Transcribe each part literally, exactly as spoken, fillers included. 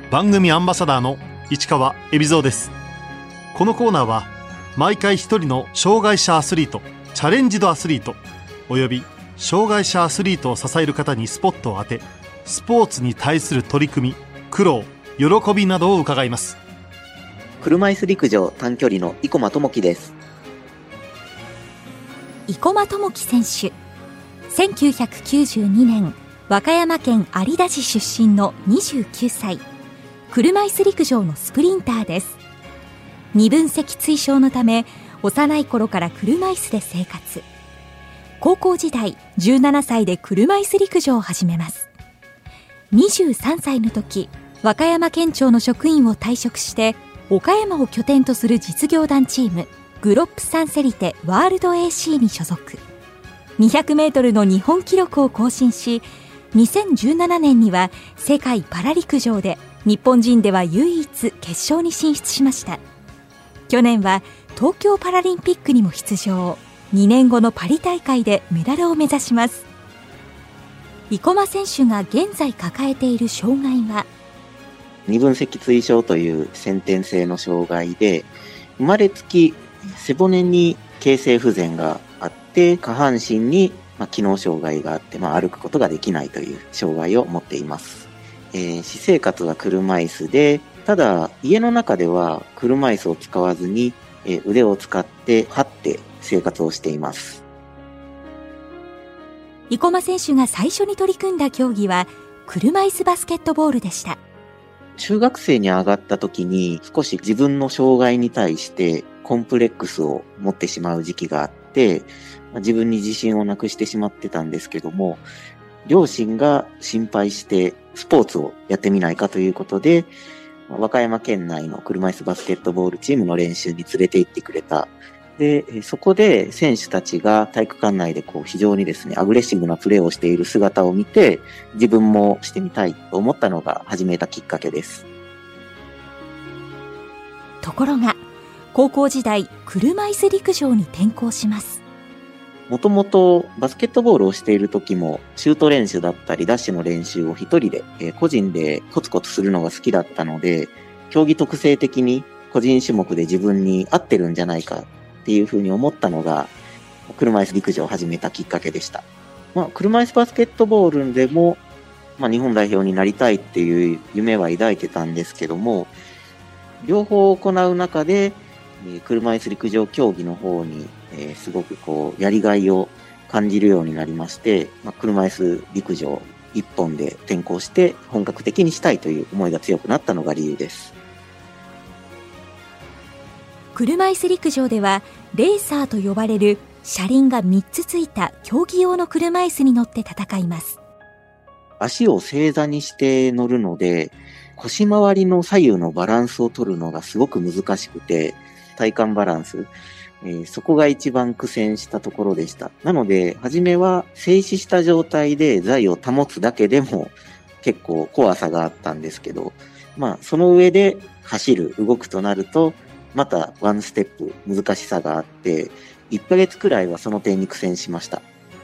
番組アンバサダーの市川恵比蔵です。このコーナーは毎回一人の障害者アスリート、チャレンジドアスリートおよび障害者アスリートを支える方にスポットを当て、スポーツに対する取り組み、苦労、喜びなどを伺います。 車椅子陸上短距離の生駒智樹です。 生駒智樹選手、せんきゅうひゃくきゅうじゅうにねん和歌山県有田市出身のにじゅうきゅうさい、車椅子陸上のスプリンターです。二分脊椎症のため幼い頃から車椅子で生活。高校時代じゅうななさいで車椅子陸上を始めます。にじゅうさんさいの時、和歌山県庁の職員を退職して岡山を拠点とする実業団チームグロップサンセリテワールド エーシー に所属。にひゃくメートルの日本記録を更新し、にせんじゅうななねんには世界パラ陸上で日本人では唯一決勝に進出しました。去年は東京パラリンピックにも出場。にねんごのパリ大会でメダルを目指します。生駒選手が現在抱えている障害は二分脊椎症という先天性の障害で、生まれつき背骨に形成不全があって、下半身にまあ機能障害があって、まあ、歩くことができないという障害を持っています。えー、私生活は車椅子で、ただ家の中では車椅子を使わずに、えー、腕を使って張って生活をしています。 生駒選手が最初に取り組んだ競技は車椅子バスケットボールでした。 中学生に上がった時に少し自分の障害に対してコンプレックスを持ってしまう時期があって、自分に自信をなくしてしまってたんですけども、両親が心配してスポーツをやってみないかということで、和歌山県内の車椅子バスケットボールチームの練習に連れて行ってくれた。で、そこで選手たちが体育館内でこう非常にですね、アグレッシブなプレーをしている姿を見て、自分もしてみたいと思ったのが始めたきっかけです。 ところが、高校時代、車椅子陸上に転向します。 もともとバスケットボールをしている時も、シュート練習だったりダッシュの練習を一人で、えー、個人でコツコツするのが好きだったので、競技特性的に個人種目で自分に合ってるんじゃないかっていうふうに思ったのが、車椅子陸上を始めたきっかけでした。まあ、車椅子バスケットボールでも、まあ、日本代表になりたいっていう夢は抱いてたんですけども、両方行う中で、車椅子陸上競技の方に、えー、すごくこうやりがいを感じるようになりまして、まあ、車椅子陸上一本で転向して本格的にしたいという思いが強くなったのが理由です。 車椅子陸上ではレーサーと呼ばれる車輪がみっつついた競技用の車椅子に乗って戦います。 足を正座にして乗るので、腰回りの左右のバランスを取るのがすごく難しくて、体幹バランス、えー、そこが一番苦戦したところでした。なので、初めは静止した状態で座位を保つだけでも結構怖さがあったんですけど、まあ、その上で走る、動くとなると、またワンステップ難しさがあって、いっかげつくらいはその点に苦戦しました。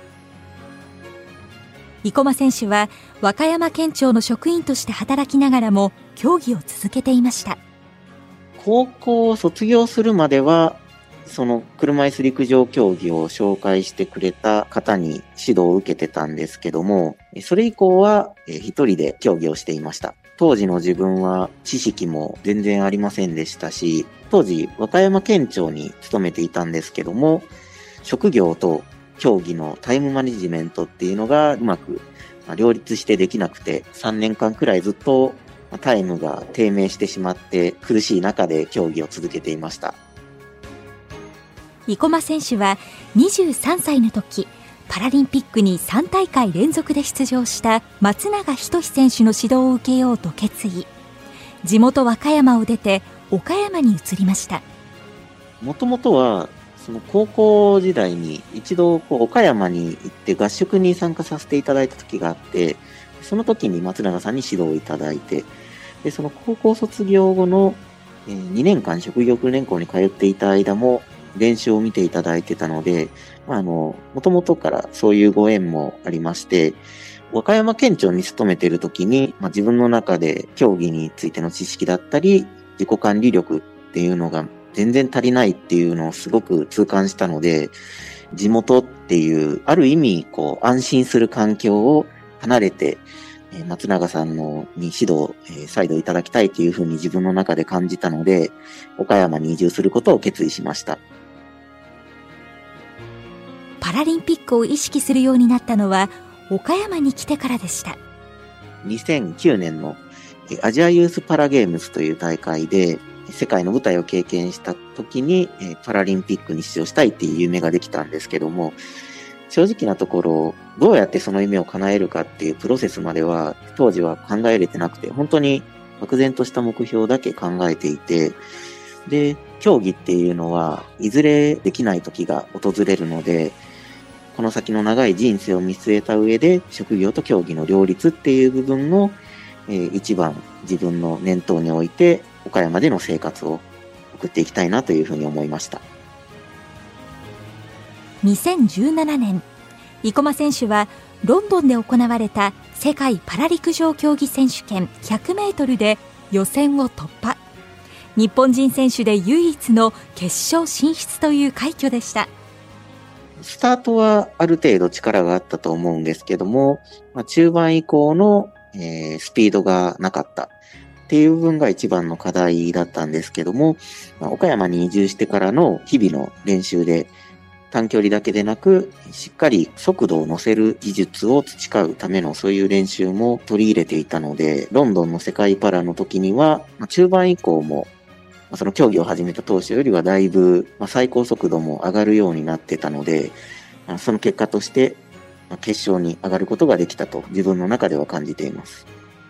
生駒選手は和歌山県庁の職員として働きながらも競技を続けていました。 高校を卒業するまでは、その車椅子陸上競技を紹介してくれた方に指導を受けてたんですけども、それ以降は一人で競技をしていました。当時の自分は知識も全然ありませんでしたし、当時和歌山県庁に勤めていたんですけども、職業と競技のタイムマネジメントっていうのがうまく両立してできなくて、さんねんかんくらいずっとタイムが低迷してしまって苦しい中で競技を続けていました。 生駒選手はにじゅうさんさいの時、パラリンピックにさんたいかい連続で出場した松永仁選手の指導を受けようと決意。地元和歌山を出て岡山に移りました。 もともとはその高校時代に一度こう岡山に行って合宿に参加させていただいた時があって、その時に松永さんに指導をいただいて、でその高校卒業後のにねんかん職業訓練校に通っていた間も練習を見ていただいてたので、まあ、あの、もともとからそういうご縁もありまして、 和歌山県庁に勤めている時に、まあ、自分の中で競技についての知識だったり、自己管理力っていうのが全然足りないっていうのをすごく痛感したので、地元っていう、ある意味、こう、安心する環境を離れて、松永さんのに指導、えー、再度いただきたいというふうに自分の中で感じたので、岡山に移住することを決意しました。 パラリンピックを意識するようになったのは岡山に来てからでした。 にせんきゅうねんのアジアユースパラゲームズという大会で世界の舞台を経験した時にパラリンピックに出場したいっていう夢ができたんですけども、正直なところどうやってその夢を叶えるかっていうプロセスまでは当時は考えれてなくて、本当に漠然とした目標だけ考えていて、で競技っていうのはいずれできない時が訪れるので、この先の長い人生を見据えた上で職業と競技の両立っていう部分を、えー、一番自分の念頭に置いて岡山での生活を送っていきたいなというふうに思いました。 にせんじゅうななねん、生駒選手はロンドンで行われた世界パラ陸上競技選手権ひゃくメートルで予選を突破。日本人選手で唯一の決勝進出という快挙でした。 スタートはある程度力があったと思うんですけども、まあ、中盤以降の、えー、スピードがなかったっていう部分が一番の課題だったんですけども、まあ、岡山に移住してからの日々の練習で短距離だけでなく、しっかり速度を乗せる技術を培うためのそういう練習も取り入れていたので、ロンドンの世界パラの時には、まあ、中盤以降もその競技を始めた当初よりはだいぶ最高速度も上がるようになってたので、その結果として決勝に上がることができたと自分の中では感じています。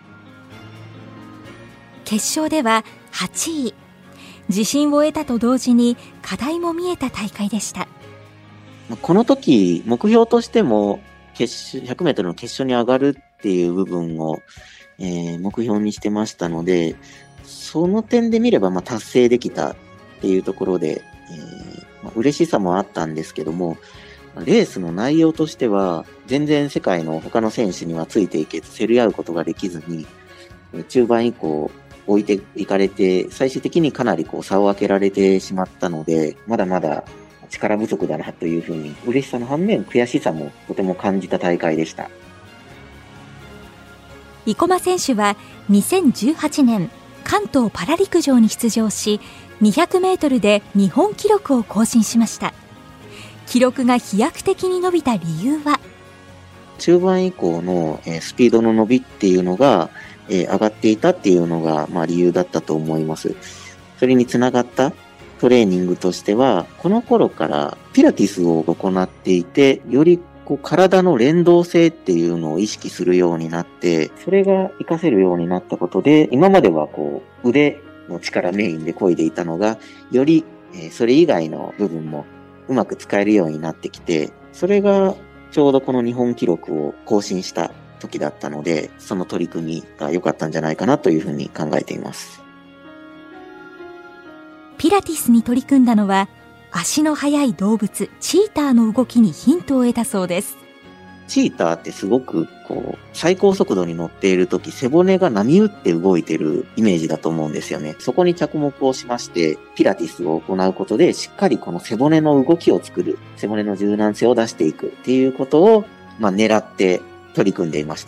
決勝でははちい。自信を得たと同時に課題も見えた大会でした。 この時目標としても決勝ひゃくメートルの決勝に上がるっていう部分を、えー、目標にしてましたので、その点で見ればまあ達成できたっていうところで、えーまあ、嬉しさもあったんですけども、レースの内容としては全然世界の他の選手にはついていけず競り合うことができずに、中盤以降置いていかれて最終的にかなりこう差を開けられてしまったので、まだまだ力不足だなというふうに嬉しさの反面悔しさもとても感じた大会でした。 生駒選手はにせんじゅうはちねん関東パラ陸上に出場し、にひゃくメートルで日本記録を更新しました。記録が飛躍的に伸びた理由は、 中盤以降のスピードの伸びっていうのが上がっていたっていうのがまあ理由だったと思います。それにつながったトレーニングとしては、この頃からピラティスを行っていて、よりこう体の連動性っていうのを意識するようになって、それが活かせるようになったことで、今まではこう腕の力メインで漕いでいたのが、よりそれ以外の部分もうまく使えるようになってきて、それがちょうどこの日本記録を更新した時だったので、その取り組みが良かったんじゃないかなというふうに考えています。 ピラティスに取り組んだのは、足の速い動物チーターの動きにヒントを得たそうです。 チーターってすごくこう最高速度に乗っているとき背骨が波打って動いているイメージだと思うんですよね。そこに着目をしましてピラティスを行うことでしっかりこの背骨の動きを作る、背骨の柔軟性を出していくっていうことをまあ狙って取り組んでいました。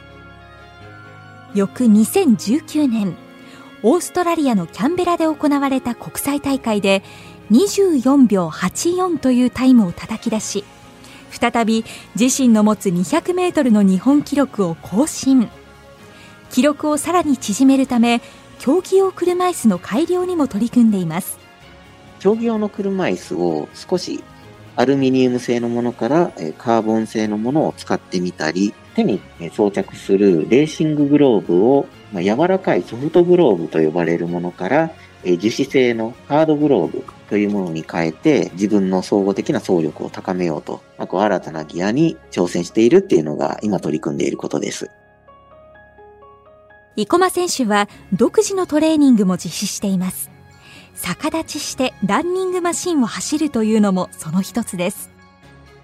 翌にせんじゅうきゅうねん、オーストラリアのキャンベラで行われた国際大会でにじゅうよんびょうはちよんというタイムを叩き出し、再び自身の持つにひゃくメートルの日本記録を更新。記録をさらに縮めるため、競技用車椅子の改良にも取り組んでいます。 競技用の車椅子を少しアルミニウム製のものからカーボン製のものを使ってみたり、手に装着するレーシンググローブを柔らかいソフトグローブと呼ばれるものから樹脂製のハードグローブというものに変えて自分の総合的な走力を高めようと、まあ、こう新たなギアに挑戦しているっていうのが今取り組んでいることです。 生駒選手は独自のトレーニングも実施しています。逆立ちしてランニングマシンを走るというのもその一つです。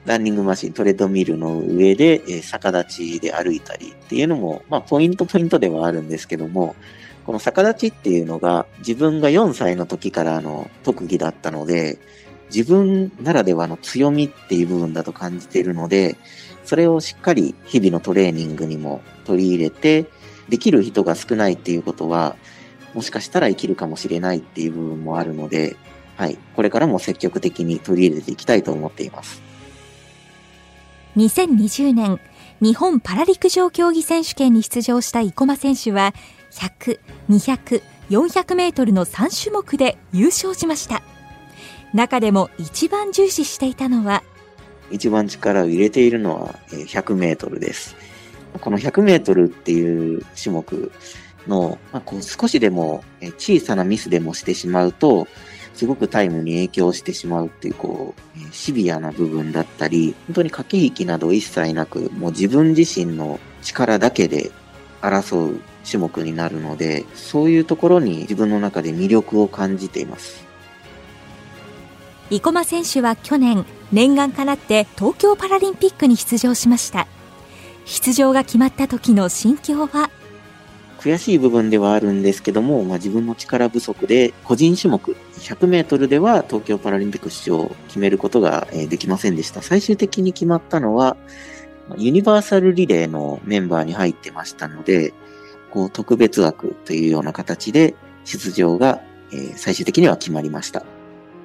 ランニングマシン、トレッドミルの上で、えー、逆立ちで歩いたりっていうのも、まあ、ポイントポイントではあるんですけども、この逆立ちっていうのが自分がよんさいの時からの特技だったので、自分ならではの強みっていう部分だと感じているので、それをしっかり日々のトレーニングにも取り入れて、できる人が少ないっていうことは、もしかしたら生きるかもしれないっていう部分もあるので、はい、これからも積極的に取り入れていきたいと思っています。 にせんにじゅうねん日本パラ陸上競技選手権に出場した生駒選手はひゃく、にひゃく、よんひゃくメートルのさん種目で優勝しました。中でも一番重視していたのは、 一番力を入れているのはひゃくメートルです。このひゃくメートルっていう種目の、まあ、こう少しでも小さなミスでもしてしまうと、すごくタイムに影響してしまうっていう、こう、シビアな部分だったり、本当に駆け引きなど一切なく、もう自分自身の力だけで争う種目になるので、そういうところに自分の中で魅力を感じています。 生駒選手は去年、念願かなって東京パラリンピックに出場しました。出場が決まった時の心境は、 悔しい部分ではあるんですけども、まあ、自分の力不足で個人種目ひゃくメートルでは東京パラリンピック出場を決めることができませんでした。最終的に決まったのはユニバーサルリレーのメンバーに入ってましたので、こう特別枠というような形で出場が最終的には決まりました。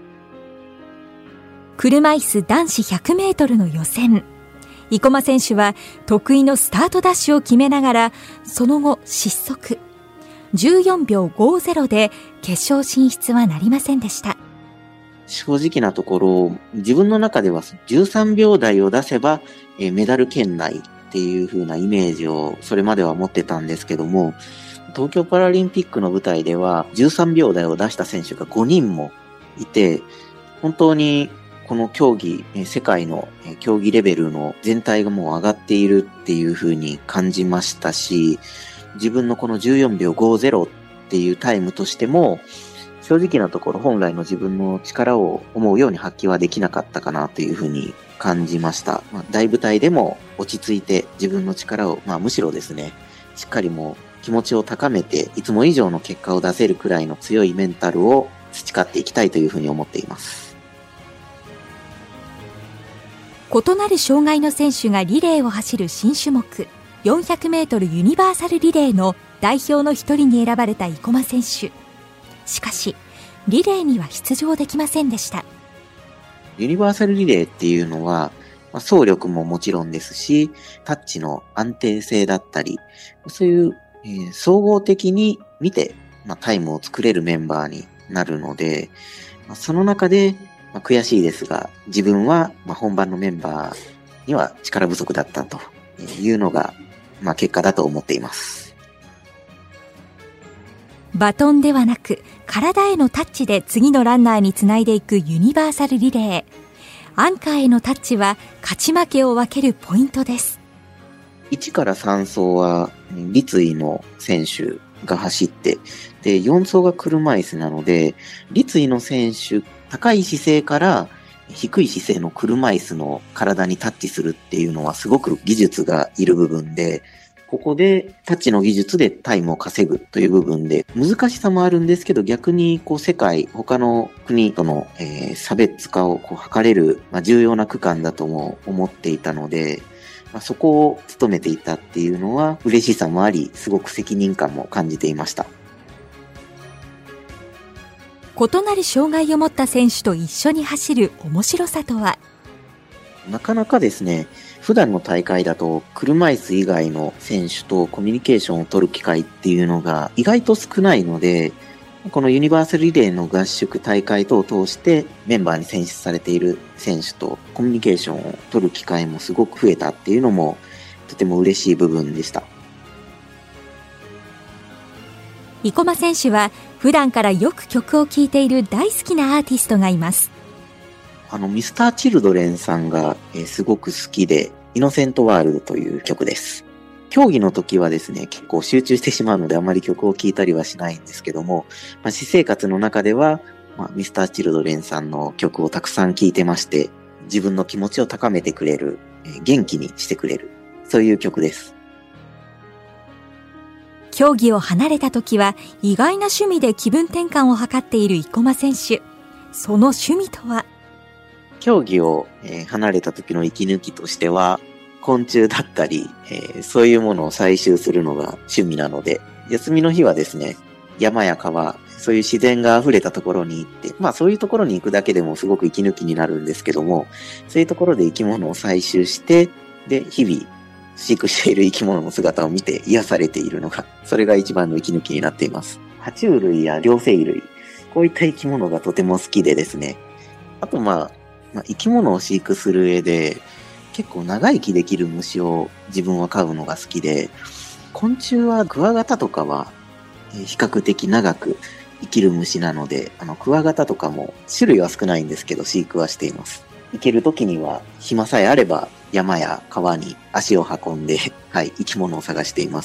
車椅子男子ひゃくメートルの予選、生駒選手は得意のスタートダッシュを決めながら、その後失速。じゅうよんびょうごじゅうで決勝進出はなりませんでした。 正直なところ、自分の中ではじゅうさんびょう台を出せばメダル圏内っていう風なイメージをそれまでは持ってたんですけども、東京パラリンピックの舞台ではじゅうさんびょう台を出した選手がごにんもいて、本当にこの競技、世界の競技レベルの全体がもう上がっているっていう風に感じましたし、自分のこのじゅうよんびょうごじゅうっていうタイムとしても、正直なところ本来の自分の力を思うように発揮はできなかったかなという風に感じました。まあ、大舞台でも落ち着いて自分の力を、まあむしろですね、しっかりもう気持ちを高めて、いつも以上の結果を出せるくらいの強いメンタルを培っていきたいという風に思っています。 異なる障害の選手がリレーを走る新種目、よんひゃくメートルユニバーサルリレーの代表の一人に選ばれた生駒選手。しかし、リレーには出場できませんでした。 ユニバーサルリレーっていうのは、まあ、走力ももちろんですし、タッチの安定性だったり、そういう、えー、総合的に見て、まあ、タイムを作れるメンバーになるので、まあ、その中で、まあ、悔しいですが、自分はまあ本番のメンバーには力不足だったというのが、まあ、結果だと思っています。 バトンではなく、体へのタッチで次のランナーにつないでいくユニバーサルリレー。アンカーへのタッチは勝ち負けを分けるポイントです。 いちからさん走は立位の選手が走って、で、よん走が車椅子なので、立位の選手、高い姿勢から低い姿勢の車椅子の体にタッチするっていうのはすごく技術がいる部分で、ここでタッチの技術でタイムを稼ぐという部分で難しさもあるんですけど、逆にこう世界、他の国との、えー、差別化をこう図れる、まあ、重要な区間だとも思っていたので、まあ、そこを務めていたっていうのは嬉しさもあり、すごく責任感も感じていました。 異なる障害を持った選手と一緒に走る面白さとは？ なかなかですね、普段の大会だと車椅子以外の選手とコミュニケーションを取る機会っていうのが意外と少ないので、このユニバーサルリレーの合宿大会等を通してメンバーに選出されている選手とコミュニケーションを取る機会もすごく増えたっていうのもとても嬉しい部分でした。 生駒選手は普段からよく曲を聴いている大好きなアーティストがいます。 あの、ミスターチルドレンさんが、えー、すごく好きで、イノセントワールドという曲です。競技の時はですね、結構集中してしまうのであまり曲を聴いたりはしないんですけども、まあ、私生活の中では、まあ、ミスターチルドレンさんの曲をたくさん聴いてまして、 自分の気持ちを高めてくれる、えー、元気にしてくれる、そういう曲です。 競技を離れた時は意外な趣味で気分転換を図っている生駒選手。その趣味とは？ 競技を、えー、離れた時の息抜きとしては、昆虫だったり、えー、そういうものを採集するのが趣味なので、休みの日はですね、山や川、そういう自然が溢れたところに行って、まあそういうところに行くだけでもすごく息抜きになるんですけども、そういうところで生き物を採集して、で、日々、飼育している生き物の姿を見て癒されているのが、それが一番の息抜きになっています。爬虫類や両生類、こういった生き物がとても好きでですね。あとまあ、まあ、生き物を飼育する上で、結構長生きできる虫を自分は飼うのが好きで、昆虫はクワガタとかは比較的長く生きる虫なので、あのクワガタとかも種類は少ないんですけど飼育はしています。行ける時には暇さえあれば山や川に足を運んで、はい、生き物を探しています。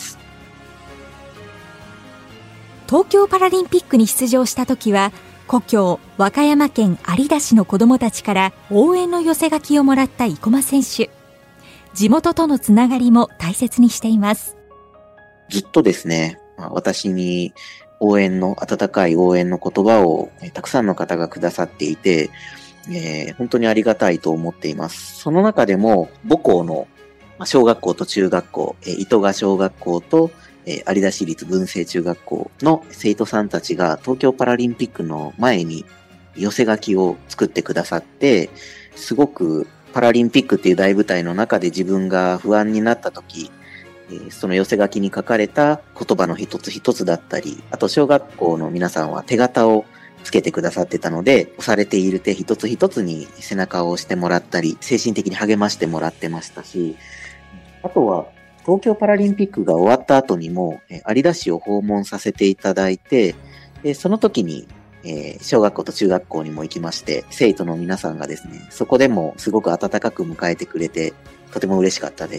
東京パラリンピックに出場した時は、故郷和歌山県有田市の子どもたちから応援の寄せ書きをもらった生駒選手。地元とのつながりも大切にしています。 ずっとですね、私に応援の、温かい応援の言葉をたくさんの方がくださっていて、えー、本当にありがたいと思っています。その中でも母校の小学校と中学校、えー、糸賀小学校と、えー、有田市立文星中学校の生徒さんたちが東京パラリンピックの前に寄せ書きを作ってくださって、すごくパラリンピックっていう大舞台の中で自分が不安になった時、えー、その寄せ書きに書かれた言葉の一つ一つだったり、あと小学校の皆さんは手形をつけてくださってたので、押されている手一つ一つに背中を押してもらったり、精神的に励ましてもらってましたし、あとは東京パラリンピックが終わった後にも、有田市を訪問させていただいて、でその時に、えー、小学校と中学校にも行きまして、生徒の皆さんがですね、そこでもすごく温かく迎えてくれて、とても嬉しかったです。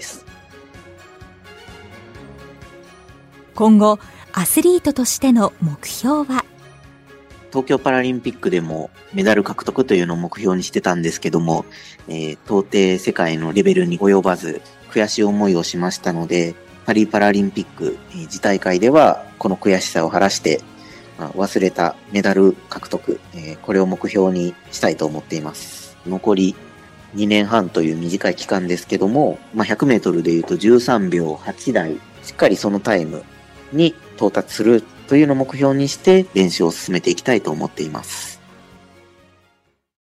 今後、アスリートとしての目標は？ 東京パラリンピックでもメダル獲得というのを目標にしてたんですけども、えー、到底世界のレベルに及ばず悔しい思いをしましたので、パリパラリンピック、えー、自大会ではこの悔しさを晴らして、まあ、忘れたメダル獲得、えー、これを目標にしたいと思っています。残りにねんはんという短い期間ですけども、まあ、ひゃくメートルでいうとじゅうさんびょうはちだい、しっかりそのタイムに到達するというのを目標にして練習を進めていきたいと思っています。